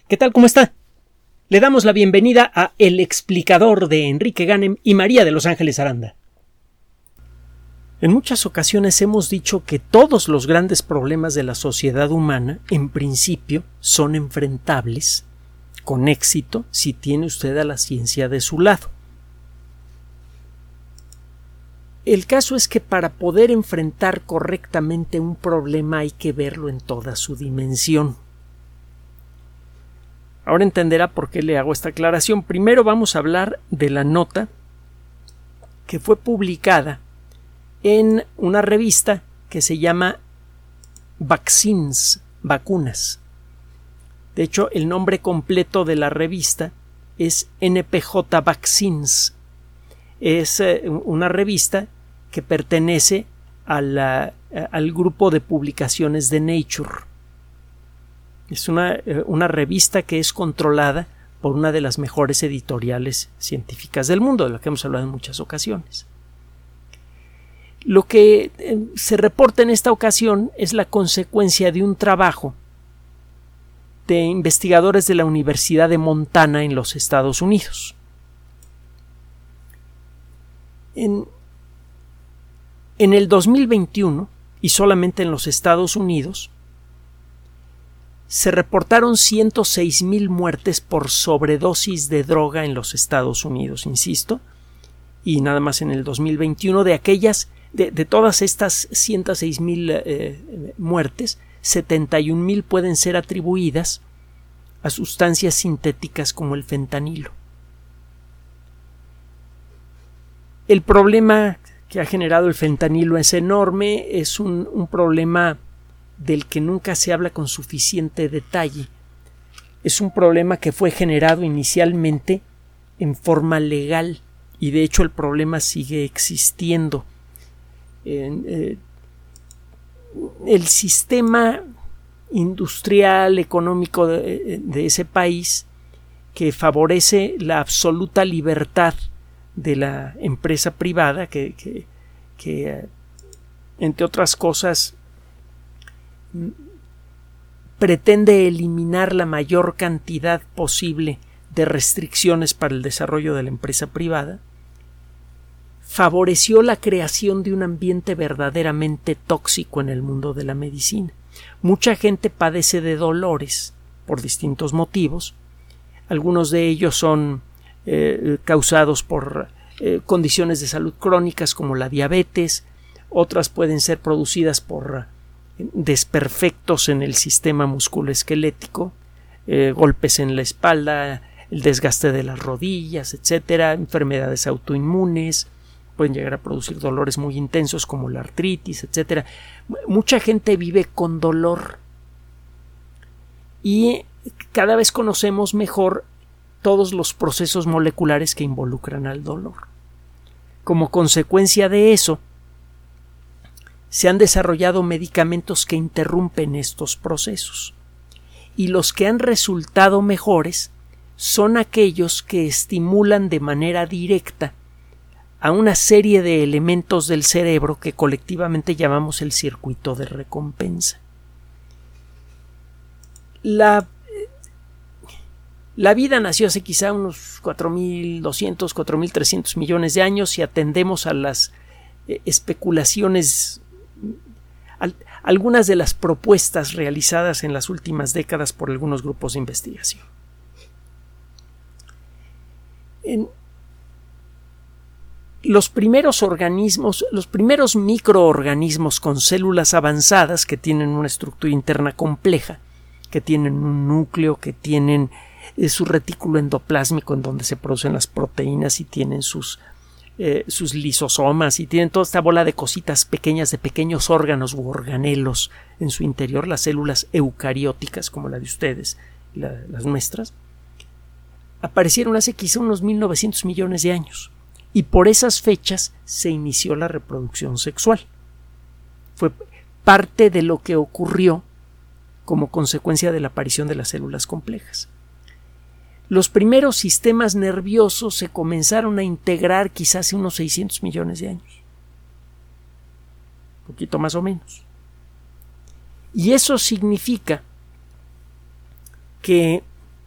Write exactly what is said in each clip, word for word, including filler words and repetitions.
¿Qué tal? ¿Cómo está? Le damos la bienvenida a El Explicador de Enrique Ganem y María de Los Ángeles Aranda. En muchas ocasiones hemos dicho que todos los grandes problemas de la sociedad humana, en principio, son enfrentables con éxito si tiene usted a la ciencia de su lado. El caso es que para poder enfrentar correctamente un problema hay que verlo en toda su dimensión. Ahora entenderá por qué le hago esta aclaración. Primero vamos a hablar de la nota que fue publicada en una revista que se llama Vaccines, Vacunas. De hecho, el nombre completo de la revista es N P J Vaccines. Es eh, una revista que pertenece a la, al grupo de publicaciones de Nature. Es una, una revista que es controlada por una de las mejores editoriales científicas del mundo, de la que hemos hablado en muchas ocasiones. Lo que eh, se reporta en esta ocasión es la consecuencia de un trabajo de investigadores de la Universidad de Montana en los Estados Unidos. En, en el dos mil veintiuno, y solamente en los Estados Unidos, se reportaron ciento seis mil muertes por sobredosis de droga en los Estados Unidos, insisto, y nada más en el dos mil veintiuno, de aquellas, de, de todas estas ciento seis mil eh, muertes, setenta y un mil pueden ser atribuidas a sustancias sintéticas como el fentanilo. El problema que ha generado el fentanilo es enorme, es un, un problema del que nunca se habla con suficiente detalle. Es un problema que fue generado inicialmente en forma legal y de hecho el problema sigue existiendo. Eh, eh, el sistema industrial, económico de, de ese país, que favorece la absoluta libertad de la empresa privada, que, que, que entre otras cosas pretende eliminar la mayor cantidad posible de restricciones para el desarrollo de la empresa privada, favoreció la creación de un ambiente verdaderamente tóxico en el mundo de la medicina. Mucha gente padece de dolores por distintos motivos. Algunos de ellos son eh, causados por eh, condiciones de salud crónicas como la diabetes, otras pueden ser producidas por desperfectos en el sistema musculoesquelético, eh, golpes en la espalda, el desgaste de las rodillas, etcétera, enfermedades autoinmunes, pueden llegar a producir dolores muy intensos como la artritis, etcétera. Mucha gente vive con dolor y cada vez conocemos mejor todos los procesos moleculares que involucran al dolor. Como consecuencia de eso, se han desarrollado medicamentos que interrumpen estos procesos y los que han resultado mejores son aquellos que estimulan de manera directa a una serie de elementos del cerebro que colectivamente llamamos el circuito de recompensa. La, la vida nació hace quizá unos cuatro mil doscientos, cuatro mil trescientos millones de años si atendemos a las eh, especulaciones, algunas de las propuestas realizadas en las últimas décadas por algunos grupos de investigación. En los primeros organismos, los primeros microorganismos con células avanzadas que tienen una estructura interna compleja, que tienen un núcleo, que tienen eh, su retículo endoplásmico en donde se producen las proteínas y tienen sus Eh, sus lisosomas y tienen toda esta bola de cositas pequeñas, de pequeños órganos u organelos en su interior, las células eucarióticas como la de ustedes, la, las nuestras, aparecieron hace quizá unos mil novecientos millones de años y por esas fechas se inició la reproducción sexual. Fue parte de lo que ocurrió como consecuencia de la aparición de las células complejas. Los primeros sistemas nerviosos se comenzaron a integrar quizás hace unos seiscientos millones de años. Un poquito más o menos. Y eso significa que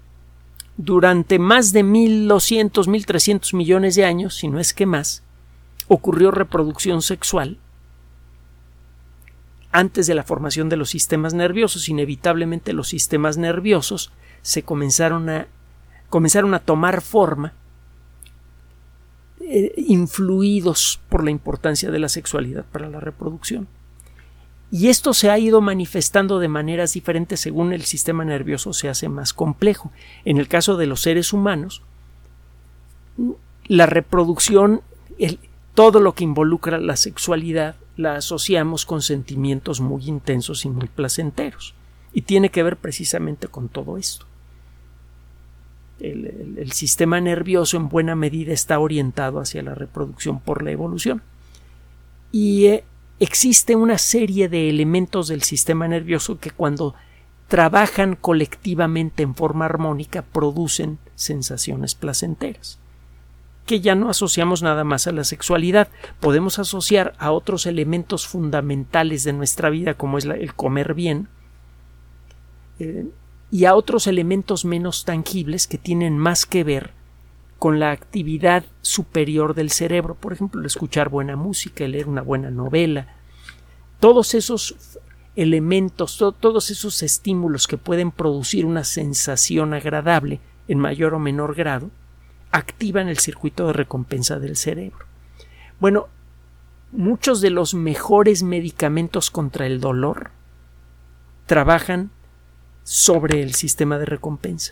durante más de mil doscientos, mil trescientos millones de años, si no es que más, ocurrió reproducción sexual antes de la formación de los sistemas nerviosos. Inevitablemente los sistemas nerviosos se comenzaron a, comenzaron a tomar forma eh, influidos por la importancia de la sexualidad para la reproducción. Y esto se ha ido manifestando de maneras diferentes según el sistema nervioso se hace más complejo. En el caso de los seres humanos, la reproducción, el, todo lo que involucra la sexualidad, la asociamos con sentimientos muy intensos y muy placenteros. Y tiene que ver precisamente con todo esto. El, el, el sistema nervioso en buena medida está orientado hacia la reproducción por la evolución. Y eh, existe una serie de elementos del sistema nervioso que cuando trabajan colectivamente en forma armónica producen sensaciones placenteras, que ya no asociamos nada más a la sexualidad. Podemos asociar a otros elementos fundamentales de nuestra vida, como es la, el comer bien, eh, y a otros elementos menos tangibles que tienen más que ver con la actividad superior del cerebro, por ejemplo, el escuchar buena música, el leer una buena novela. Todos esos elementos, to- todos esos estímulos que pueden producir una sensación agradable en mayor o menor grado, activan el circuito de recompensa del cerebro. Bueno, muchos de los mejores medicamentos contra el dolor trabajan sobre el sistema de recompensa.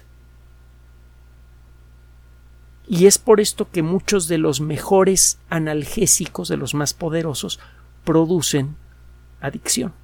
Y es por esto que muchos de los mejores analgésicos, de los más poderosos, producen adicción.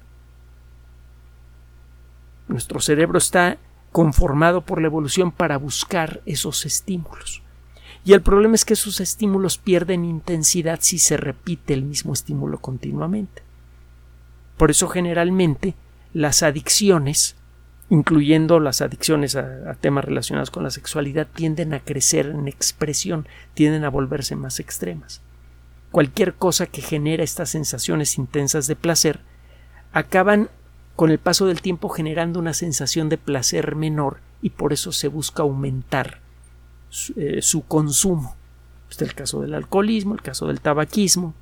Nuestro cerebro está conformado por la evolución para buscar esos estímulos. Y el problema es que esos estímulos pierden intensidad si se repite el mismo estímulo continuamente. Por eso generalmente las adicciones, incluyendo las adicciones a, a temas relacionados con la sexualidad, tienden a crecer en expresión, tienden a volverse más extremas. Cualquier cosa que genera estas sensaciones intensas de placer acaban con el paso del tiempo generando una sensación de placer menor y por eso se busca aumentar su, eh, su consumo. Este es el caso del alcoholismo, el caso del tabaquismo.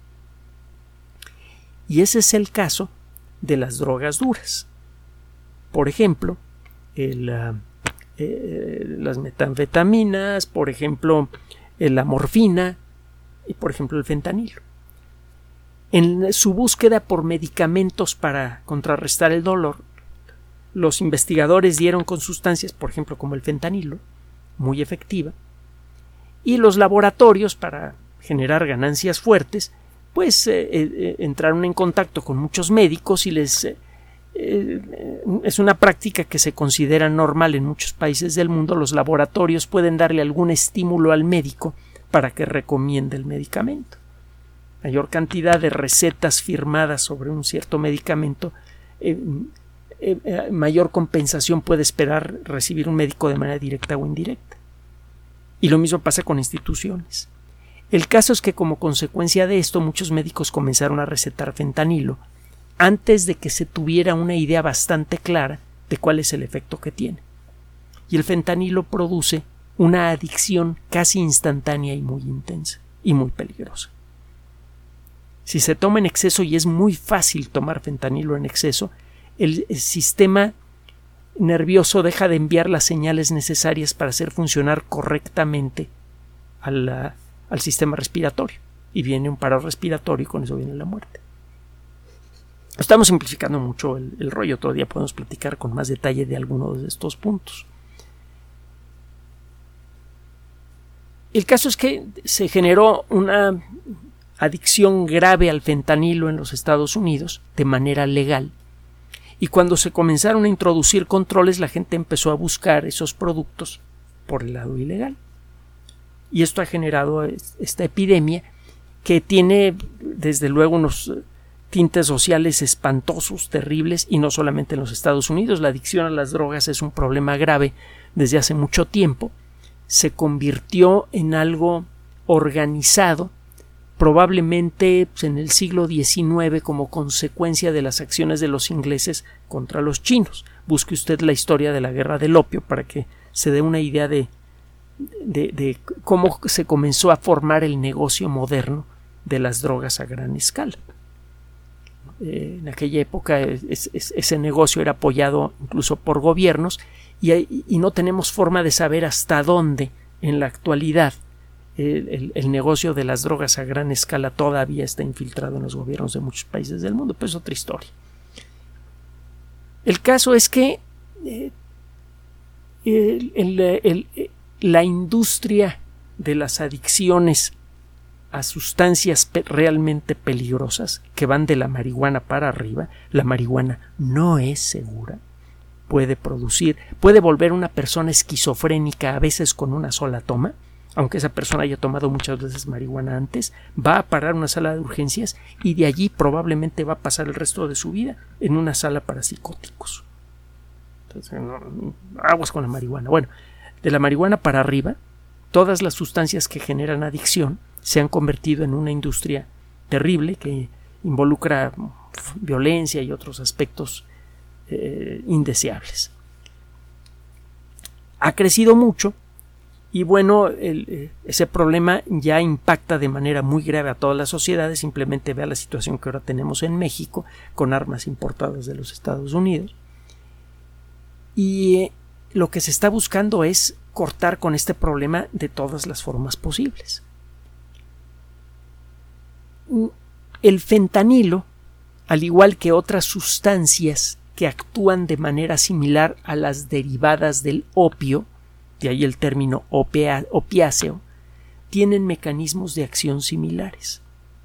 Y ese es el caso de las drogas duras. Por ejemplo, el, uh, eh, las metanfetaminas, por ejemplo, eh, la morfina y, por ejemplo, el fentanilo. En su búsqueda por medicamentos para contrarrestar el dolor, los investigadores dieron con sustancias, por ejemplo, como el fentanilo, muy efectiva, y los laboratorios, para generar ganancias fuertes, pues eh, eh, entraron en contacto con muchos médicos y les... Eh, eh, es una práctica que se considera normal en muchos países del mundo. Los laboratorios pueden darle algún estímulo al médico para que recomiende el medicamento. Mayor cantidad de recetas firmadas sobre un cierto medicamento, eh, eh, mayor compensación puede esperar recibir un médico de manera directa o indirecta. Y lo mismo pasa con instituciones. El caso es que como consecuencia de esto muchos médicos comenzaron a recetar fentanilo antes de que se tuviera una idea bastante clara de cuál es el efecto que tiene. Y el fentanilo produce una adicción casi instantánea y muy intensa y muy peligrosa. Si se toma en exceso, y es muy fácil tomar fentanilo en exceso, el, el sistema nervioso deja de enviar las señales necesarias para hacer funcionar correctamente a la, al sistema respiratorio, y viene un paro respiratorio y con eso viene la muerte. Estamos simplificando mucho el, el rollo. Otro día podemos platicar con más detalle de algunos de estos puntos. El caso es que se generó una adicción grave al fentanilo en los Estados Unidos de manera legal, y cuando se comenzaron a introducir controles la gente empezó a buscar esos productos por el lado ilegal, y esto ha generado esta epidemia que tiene desde luego unos tintes sociales espantosos, terribles, y no solamente en los Estados Unidos. La adicción a las drogas es un problema grave desde hace mucho tiempo. Se convirtió en algo organizado probablemente pues, en el siglo diecinueve como consecuencia de las acciones de los ingleses contra los chinos. Busque usted la historia de la guerra del opio para que se dé una idea de, de, de cómo se comenzó a formar el negocio moderno de las drogas a gran escala. Eh, en aquella época es, es, ese negocio era apoyado incluso por gobiernos y, y no tenemos forma de saber hasta dónde en la actualidad el, el, el negocio de las drogas a gran escala todavía está infiltrado en los gobiernos de muchos países del mundo, pero es otra historia. El caso es que eh, el, el, el, la industria de las adicciones a sustancias pe- realmente peligrosas que van de la marihuana para arriba, la marihuana no es segura, puede producir, puede volver una persona esquizofrénica a veces con una sola toma, aunque esa persona haya tomado muchas veces marihuana antes, va a parar una sala de urgencias y de allí probablemente va a pasar el resto de su vida en una sala para psicóticos. Entonces, no, aguas con la marihuana. Bueno, de la marihuana para arriba, todas las sustancias que generan adicción se han convertido en una industria terrible que involucra violencia y otros aspectos eh, indeseables. Ha crecido mucho y bueno, el, ese problema ya impacta de manera muy grave a todas las sociedades. Simplemente vea la situación que ahora tenemos en México con armas importadas de los Estados Unidos. Y eh, lo que se está buscando es cortar con este problema de todas las formas posibles. El fentanilo, al igual que otras sustancias que actúan de manera similar a las derivadas del opio, de ahí el término opia, opiáceo, tienen mecanismos de acción similares.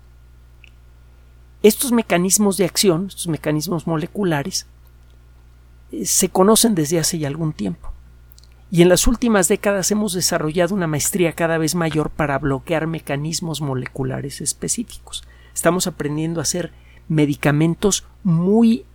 Estos mecanismos de acción, estos mecanismos moleculares, eh, se conocen desde hace ya algún tiempo. Y en las últimas décadas hemos desarrollado una maestría cada vez mayor para bloquear mecanismos moleculares específicos. Estamos aprendiendo a hacer medicamentos muy,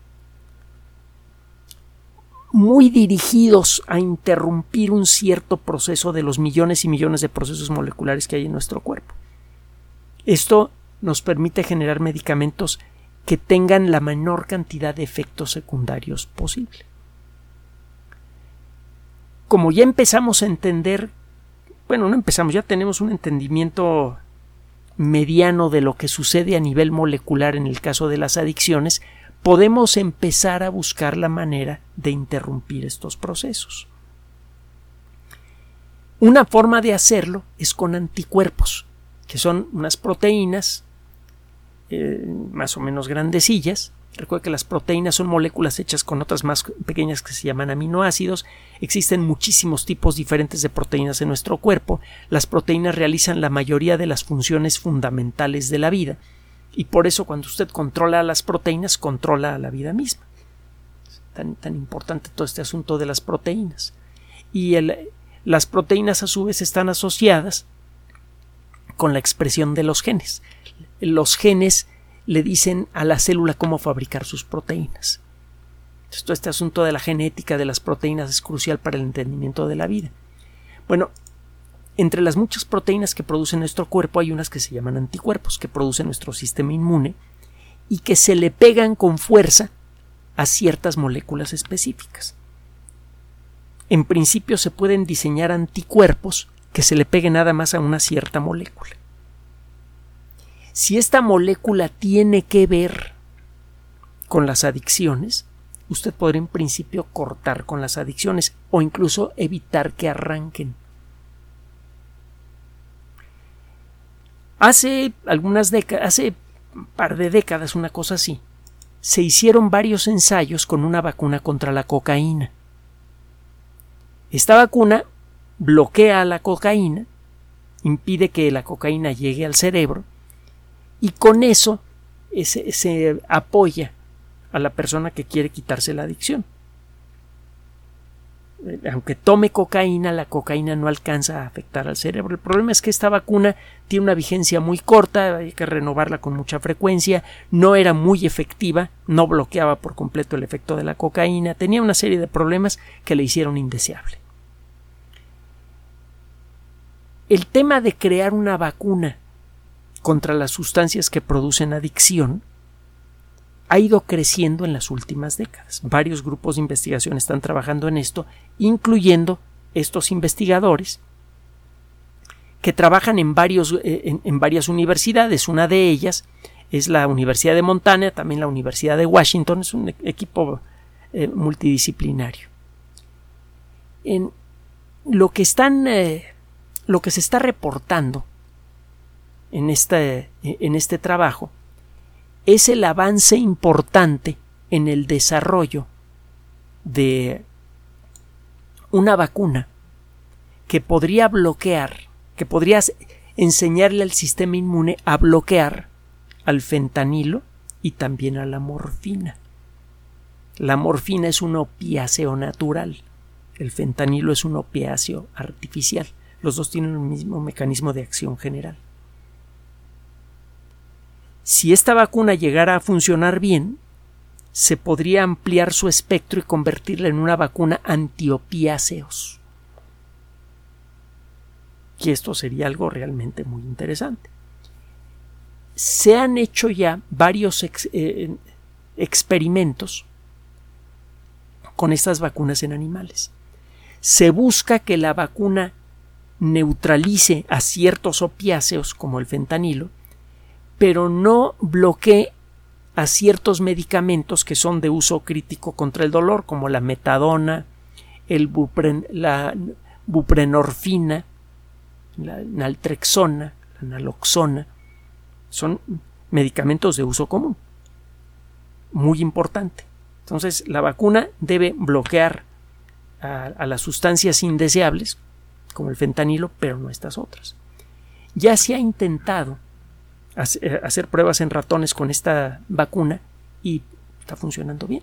muy dirigidos a interrumpir un cierto proceso de los millones y millones de procesos moleculares que hay en nuestro cuerpo. Esto nos permite generar medicamentos que tengan la menor cantidad de efectos secundarios posible. Como ya empezamos a entender, bueno, no empezamos, ya tenemos un entendimiento mediano de lo que sucede a nivel molecular en el caso de las adicciones, podemos empezar a buscar la manera de interrumpir estos procesos. Una forma de hacerlo es con anticuerpos, que son unas proteínas eh, más o menos grandecillas. Recuerda que las proteínas son moléculas hechas con otras más pequeñas que se llaman aminoácidos. Existen muchísimos tipos diferentes de proteínas en nuestro cuerpo. Las proteínas realizan la mayoría de las funciones fundamentales de la vida y por eso cuando usted controla las proteínas, controla a la vida misma. Es tan, tan importante todo este asunto de las proteínas. Y el, las proteínas a su vez están asociadas con la expresión de los genes. Los genes le dicen a la célula cómo fabricar sus proteínas. Entonces, todo este asunto de la genética de las proteínas es crucial para el entendimiento de la vida. Bueno, entre las muchas proteínas que produce nuestro cuerpo hay unas que se llaman anticuerpos, que produce nuestro sistema inmune y que se le pegan con fuerza a ciertas moléculas específicas. En principio se pueden diseñar anticuerpos que se le peguen nada más a una cierta molécula. Si esta molécula tiene que ver con las adicciones, usted podrá en principio cortar con las adicciones o incluso evitar que arranquen. Hace algunas décadas, hace un par de décadas, una cosa así, se hicieron varios ensayos con una vacuna contra la cocaína. Esta vacuna bloquea a la cocaína, impide que la cocaína llegue al cerebro y con eso se, se apoya a la persona que quiere quitarse la adicción. Aunque tome cocaína, la cocaína no alcanza a afectar al cerebro. El problema es que esta vacuna tiene una vigencia muy corta, hay que renovarla con mucha frecuencia, no era muy efectiva, no bloqueaba por completo el efecto de la cocaína, tenía una serie de problemas que le hicieron indeseable. El tema de crear una vacuna contra las sustancias que producen adicción ha ido creciendo en las últimas décadas. Varios grupos de investigación están trabajando en esto, incluyendo estos investigadores que trabajan en, varios, eh, en, en varias universidades. Una de ellas es la Universidad de Montana, también la Universidad de Washington. Es un equipo eh, multidisciplinario. En lo que están, eh, lo que se está reportando en este, en este trabajo es el avance importante en el desarrollo de una vacuna que podría bloquear, que podría enseñarle al sistema inmune a bloquear al fentanilo y también a la morfina. La morfina es un opiáceo natural, el fentanilo es un opiáceo artificial. Los dos tienen el mismo mecanismo de acción general. Si esta vacuna llegara a funcionar bien, se podría ampliar su espectro y convertirla en una vacuna antiopiáceos. Y esto sería algo realmente muy interesante. Se han hecho ya varios ex, eh, experimentos con estas vacunas en animales. Se busca que la vacuna neutralice a ciertos opiáceos como el fentanilo, pero no bloquee a ciertos medicamentos que son de uso crítico contra el dolor, como la metadona, el bupren, la buprenorfina, la naltrexona, la naloxona. Son medicamentos de uso común, muy importante. Entonces, la vacuna debe bloquear a, a las sustancias indeseables, como el fentanilo, pero no estas otras. Ya se ha intentado hacer pruebas en ratones con esta vacuna y está funcionando bien.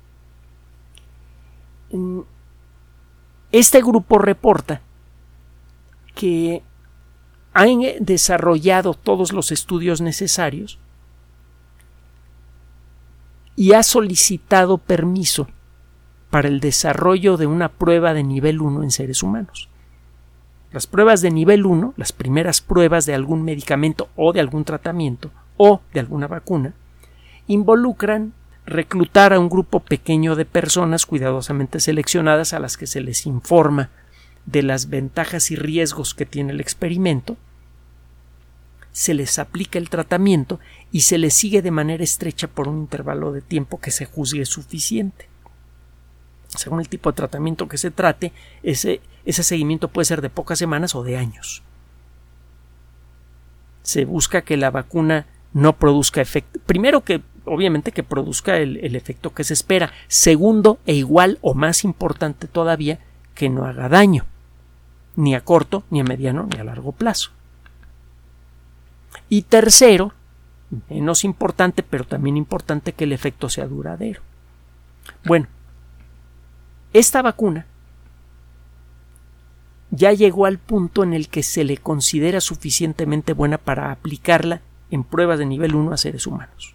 Este grupo reporta que han desarrollado todos los estudios necesarios y ha solicitado permiso para el desarrollo de una prueba de nivel uno en seres humanos. Las pruebas de nivel uno, las primeras pruebas de algún medicamento o de algún tratamiento o de alguna vacuna, involucran reclutar a un grupo pequeño de personas cuidadosamente seleccionadas a las que se les informa de las ventajas y riesgos que tiene el experimento, se les aplica el tratamiento y se les sigue de manera estrecha por un intervalo de tiempo que se juzgue suficiente. Según el tipo de tratamiento que se trate, ese, ese seguimiento puede ser de pocas semanas o de años. Se busca que la vacuna no produzca efecto. Primero, que obviamente que produzca el, el efecto que se espera. Segundo, e igual o más importante todavía, que no haga daño, ni a corto, ni a mediano, ni a largo plazo. Y tercero, menos importante, pero también importante, que el efecto sea duradero. Bueno, esta vacuna ya llegó al punto en el que se le considera suficientemente buena para aplicarla en pruebas de nivel uno a seres humanos.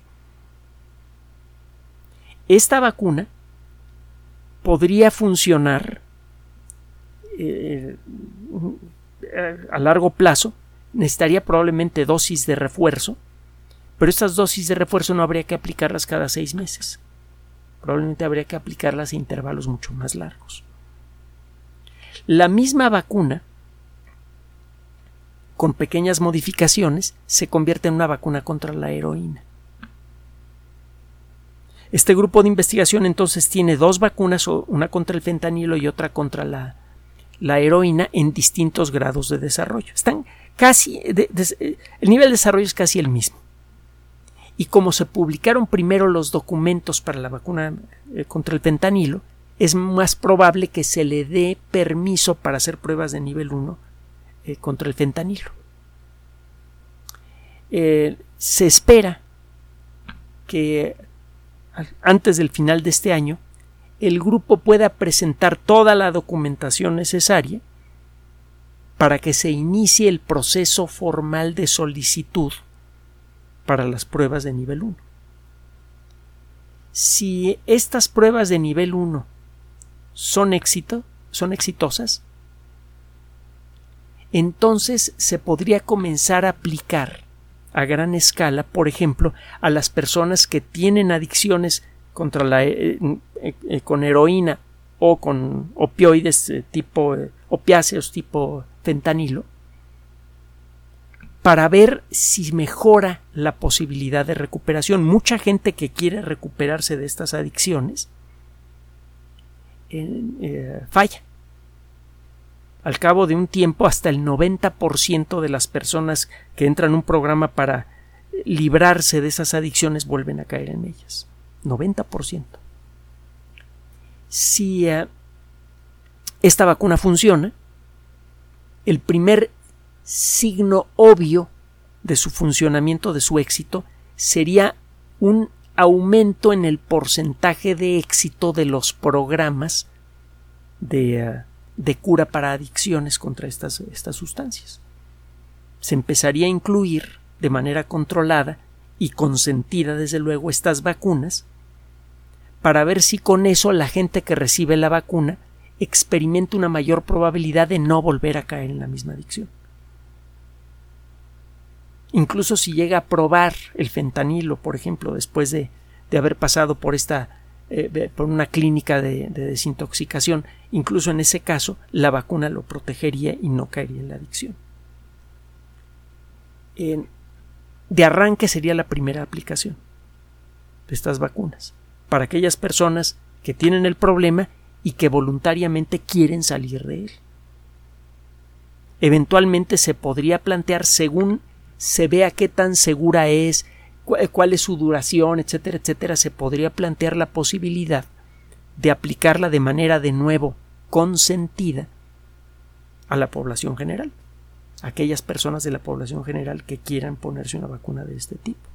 Esta vacuna podría funcionar eh, a largo plazo. Necesitaría probablemente dosis de refuerzo, pero estas dosis de refuerzo no habría que aplicarlas cada seis meses. Probablemente habría que aplicarlas a intervalos mucho más largos. La misma vacuna, con pequeñas modificaciones, se convierte en una vacuna contra la heroína. Este grupo de investigación entonces tiene dos vacunas, una contra el fentanilo y otra contra la, la heroína, en distintos grados de desarrollo. Están casi, de, de, el nivel de desarrollo es casi el mismo. Y como se publicaron primero los documentos para la vacuna eh, contra el fentanilo, es más probable que se le dé permiso para hacer pruebas de nivel uno eh, contra el fentanilo. Eh, se espera que antes del final de este año el grupo pueda presentar toda la documentación necesaria para que se inicie el proceso formal de solicitud para las pruebas de nivel uno. Si estas pruebas de nivel uno son éxito, son exitosas, entonces se podría comenzar a aplicar a gran escala, por ejemplo, a las personas que tienen adicciones contra la, eh, eh, con heroína o con opioides eh, tipo eh, opiáceos tipo fentanilo, para ver si mejora la posibilidad de recuperación. Mucha gente que quiere recuperarse de estas adicciones eh, eh, falla. Al cabo de un tiempo, hasta el noventa por ciento de las personas que entran a un programa para librarse de esas adicciones vuelven a caer en ellas. noventa por ciento. Si eh, esta vacuna funciona, el primer signo obvio de su funcionamiento, de su éxito, sería un aumento en el porcentaje de éxito de los programas de, uh, de cura para adicciones contra estas, estas sustancias. Se empezaría a incluir de manera controlada y consentida, desde luego, estas vacunas para ver si con eso la gente que recibe la vacuna experimenta una mayor probabilidad de no volver a caer en la misma adicción. Incluso si llega a probar el fentanilo, por ejemplo, después de, de haber pasado por esta eh, por una clínica de, de desintoxicación, incluso en ese caso la vacuna lo protegería y no caería en la adicción. En, de arranque sería la primera aplicación de estas vacunas para aquellas personas que tienen el problema y que voluntariamente quieren salir de él. Eventualmente se podría plantear, según se vea qué tan segura es, cuál es su duración, etcétera, etcétera, se podría plantear la posibilidad de aplicarla de manera de nuevo consentida a la población general, a aquellas personas de la población general que quieran ponerse una vacuna de este tipo.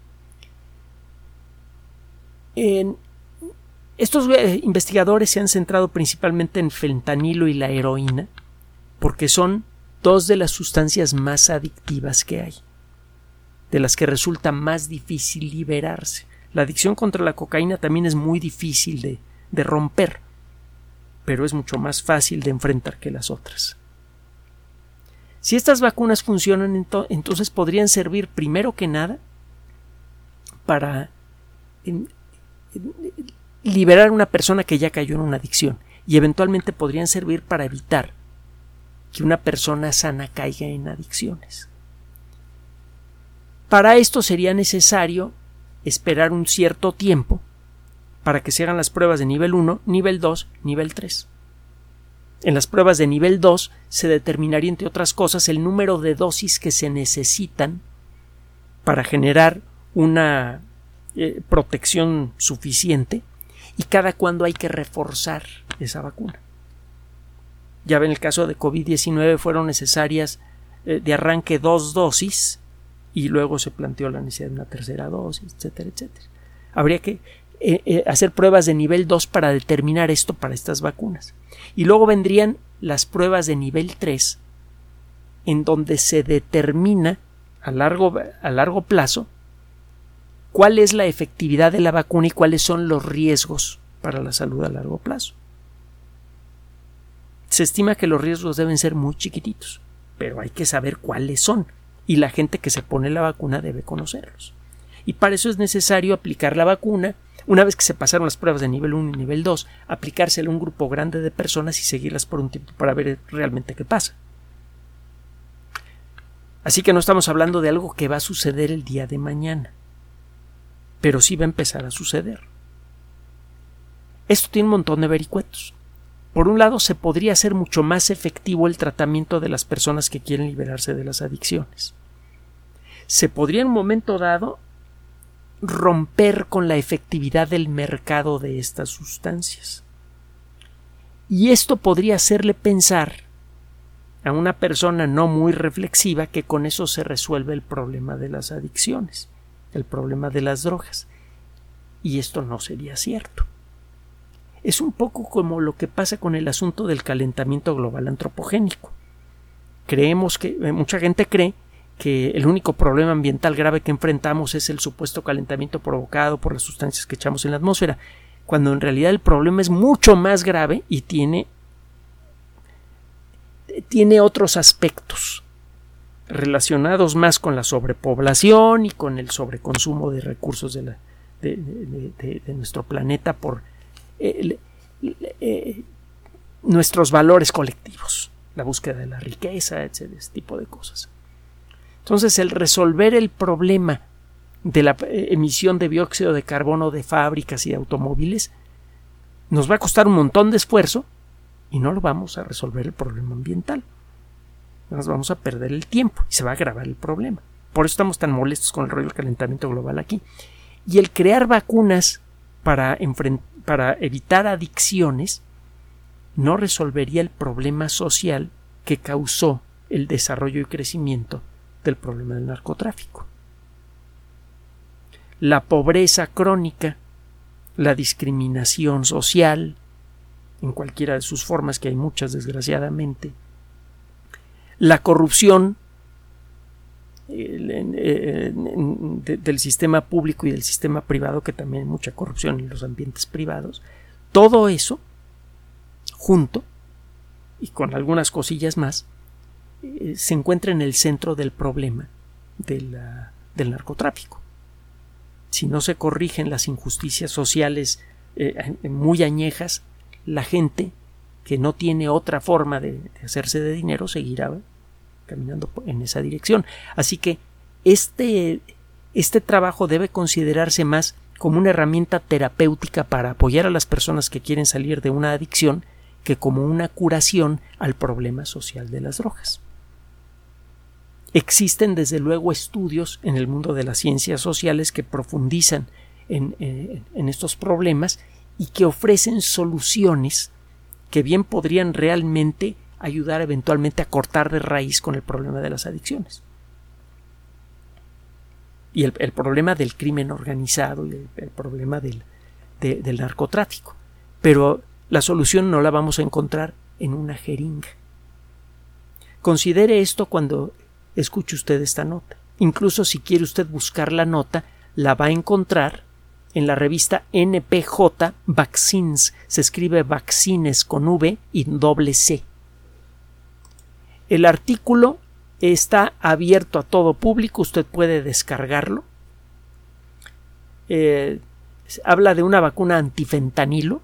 En estos investigadores se han centrado principalmente en fentanilo y la heroína porque son dos de las sustancias más adictivas que hay, de las que resulta más difícil liberarse. La adicción contra la cocaína también es muy difícil de, de romper, pero es mucho más fácil de enfrentar que las otras. Si estas vacunas funcionan, ento- entonces podrían servir primero que nada para en, en, liberar a una persona que ya cayó en una adicción, y eventualmente podrían servir para evitar que una persona sana caiga en adicciones. Para esto sería necesario esperar un cierto tiempo para que se hagan las pruebas de nivel uno, nivel dos, nivel tres. En las pruebas de nivel dos se determinaría, entre otras cosas, el número de dosis que se necesitan para generar una eh, protección suficiente y cada cuándo hay que reforzar esa vacuna. Ya ven, en el caso de COVID diecinueve fueron necesarias eh, de arranque dos dosis y luego se planteó la necesidad de una tercera dosis, etcétera, etcétera. Habría que eh, eh, hacer pruebas de nivel dos para determinar esto para estas vacunas. Y luego vendrían las pruebas de nivel tres, en donde se determina a largo, a largo plazo cuál es la efectividad de la vacuna y cuáles son los riesgos para la salud a largo plazo. Se estima que los riesgos deben ser muy chiquititos, pero hay que saber cuáles son, y la gente que se pone la vacuna debe conocerlos. Y para eso es necesario aplicar la vacuna, una vez que se pasaron las pruebas de nivel uno y nivel dos, aplicársela a un grupo grande de personas y seguirlas por un tiempo para ver realmente qué pasa. Así que no estamos hablando de algo que va a suceder el día de mañana, pero sí va a empezar a suceder. Esto tiene un montón de vericuetos. Por un lado, se podría hacer mucho más efectivo el tratamiento de las personas que quieren liberarse de las adicciones. Se podría en un momento dado romper con la efectividad del mercado de estas sustancias. Y esto podría hacerle pensar a una persona no muy reflexiva que con eso se resuelve el problema de las adicciones, el problema de las drogas. Y esto no sería cierto. Es un poco como lo que pasa con el asunto del calentamiento global antropogénico. Creemos que, mucha gente cree que el único problema ambiental grave que enfrentamos es el supuesto calentamiento provocado por las sustancias que echamos en la atmósfera, cuando en realidad el problema es mucho más grave y tiene, tiene otros aspectos relacionados más con la sobrepoblación y con el sobreconsumo de recursos de, la, de, de, de, de nuestro planeta por Eh, eh, nuestros valores colectivos, la búsqueda de la riqueza, etcétera, ese tipo de cosas. Entonces, el resolver el problema de la emisión de dióxido de carbono de fábricas y de automóviles nos va a costar un montón de esfuerzo y no lo vamos a resolver el problema ambiental. Nos vamos a perder el tiempo y se va a agravar el problema. Por eso estamos tan molestos con el rollo del calentamiento global aquí. Y el crear vacunas para, para evitar adicciones no resolvería el problema social que causó el desarrollo y crecimiento del problema del narcotráfico. La pobreza crónica, la discriminación social, en cualquiera de sus formas, que hay muchas desgraciadamente, la corrupción eh, de, del sistema público y del sistema privado, que también hay mucha corrupción en los ambientes privados, todo eso junto y con algunas cosillas más eh, se encuentra en el centro del problema de la, del narcotráfico. Si no se corrigen las injusticias sociales eh, muy añejas, la gente que no tiene otra forma de, de hacerse de dinero seguirá caminando en esa dirección. Así que este, este trabajo debe considerarse más como una herramienta terapéutica para apoyar a las personas que quieren salir de una adicción que como una curación al problema social de las drogas. Existen desde luego estudios en el mundo de las ciencias sociales que profundizan en, en, en estos problemas y que ofrecen soluciones que bien podrían realmente ayudar eventualmente a cortar de raíz con el problema de las adicciones. Y el, el problema del crimen organizado y el, el problema del, de, del narcotráfico. Pero la solución no la vamos a encontrar en una jeringa. Considere esto cuando escuche usted esta nota. Incluso si quiere usted buscar la nota, la va a encontrar en la revista N P J Vaccines. Se escribe Vaccines con V y doble C. El artículo está abierto a todo público, usted puede descargarlo. Eh, habla de una vacuna antifentanilo.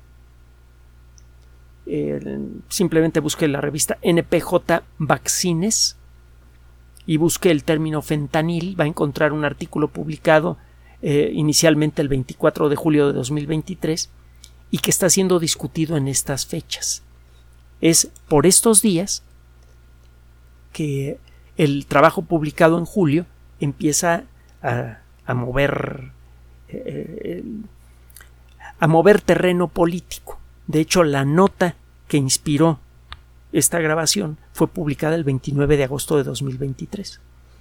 Eh, simplemente busque la revista N P J Vaccines y busque el término fentanil. Va a encontrar un artículo publicado eh, inicialmente el veinticuatro de julio de dos mil veintitrés y que está siendo discutido en estas fechas. Es por estos días que el trabajo publicado en julio empieza a, a mover eh, a mover terreno político. De hecho, la nota que inspiró esta grabación fue publicada el veintinueve de agosto de dos mil veintitrés.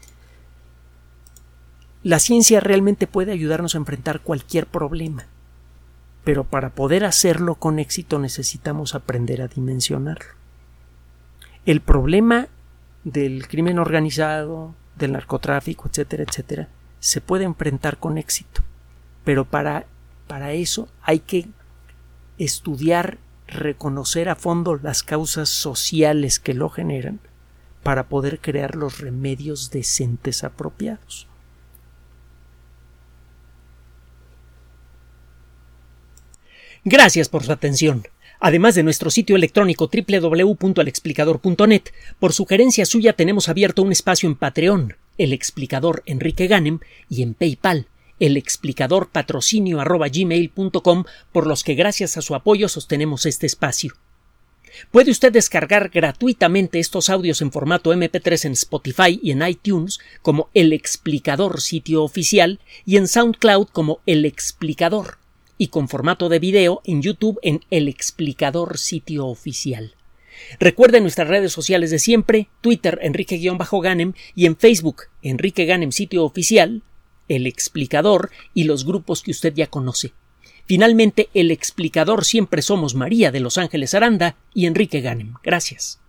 La ciencia realmente puede ayudarnos a enfrentar cualquier problema, pero para poder hacerlo con éxito necesitamos aprender a dimensionarlo. El problema del crimen organizado, del narcotráfico, etcétera, etcétera, se puede enfrentar con éxito, pero para, para eso hay que estudiar, reconocer a fondo las causas sociales que lo generan para poder crear los remedios decentes apropiados. Gracias por su atención. Además de nuestro sitio electrónico doble u doble u doble u punto el explicador punto net, por sugerencia suya tenemos abierto un espacio en Patreon, El Explicador Enrique Ganem, y en PayPal, el explicador patrocinio arroba gmail punto com, por los que gracias a su apoyo sostenemos este espacio. Puede usted descargar gratuitamente estos audios en formato eme pe tres en Spotify y en iTunes como El Explicador sitio oficial y en SoundCloud como El Explicador, y con formato de video en YouTube en El Explicador sitio oficial. Recuerde nuestras redes sociales de siempre, Twitter Enrique-Ganem y en Facebook Enrique Ganem sitio oficial, El Explicador y los grupos que usted ya conoce. Finalmente, El Explicador siempre somos María de Los Ángeles Aranda y Enrique Ganem. Gracias.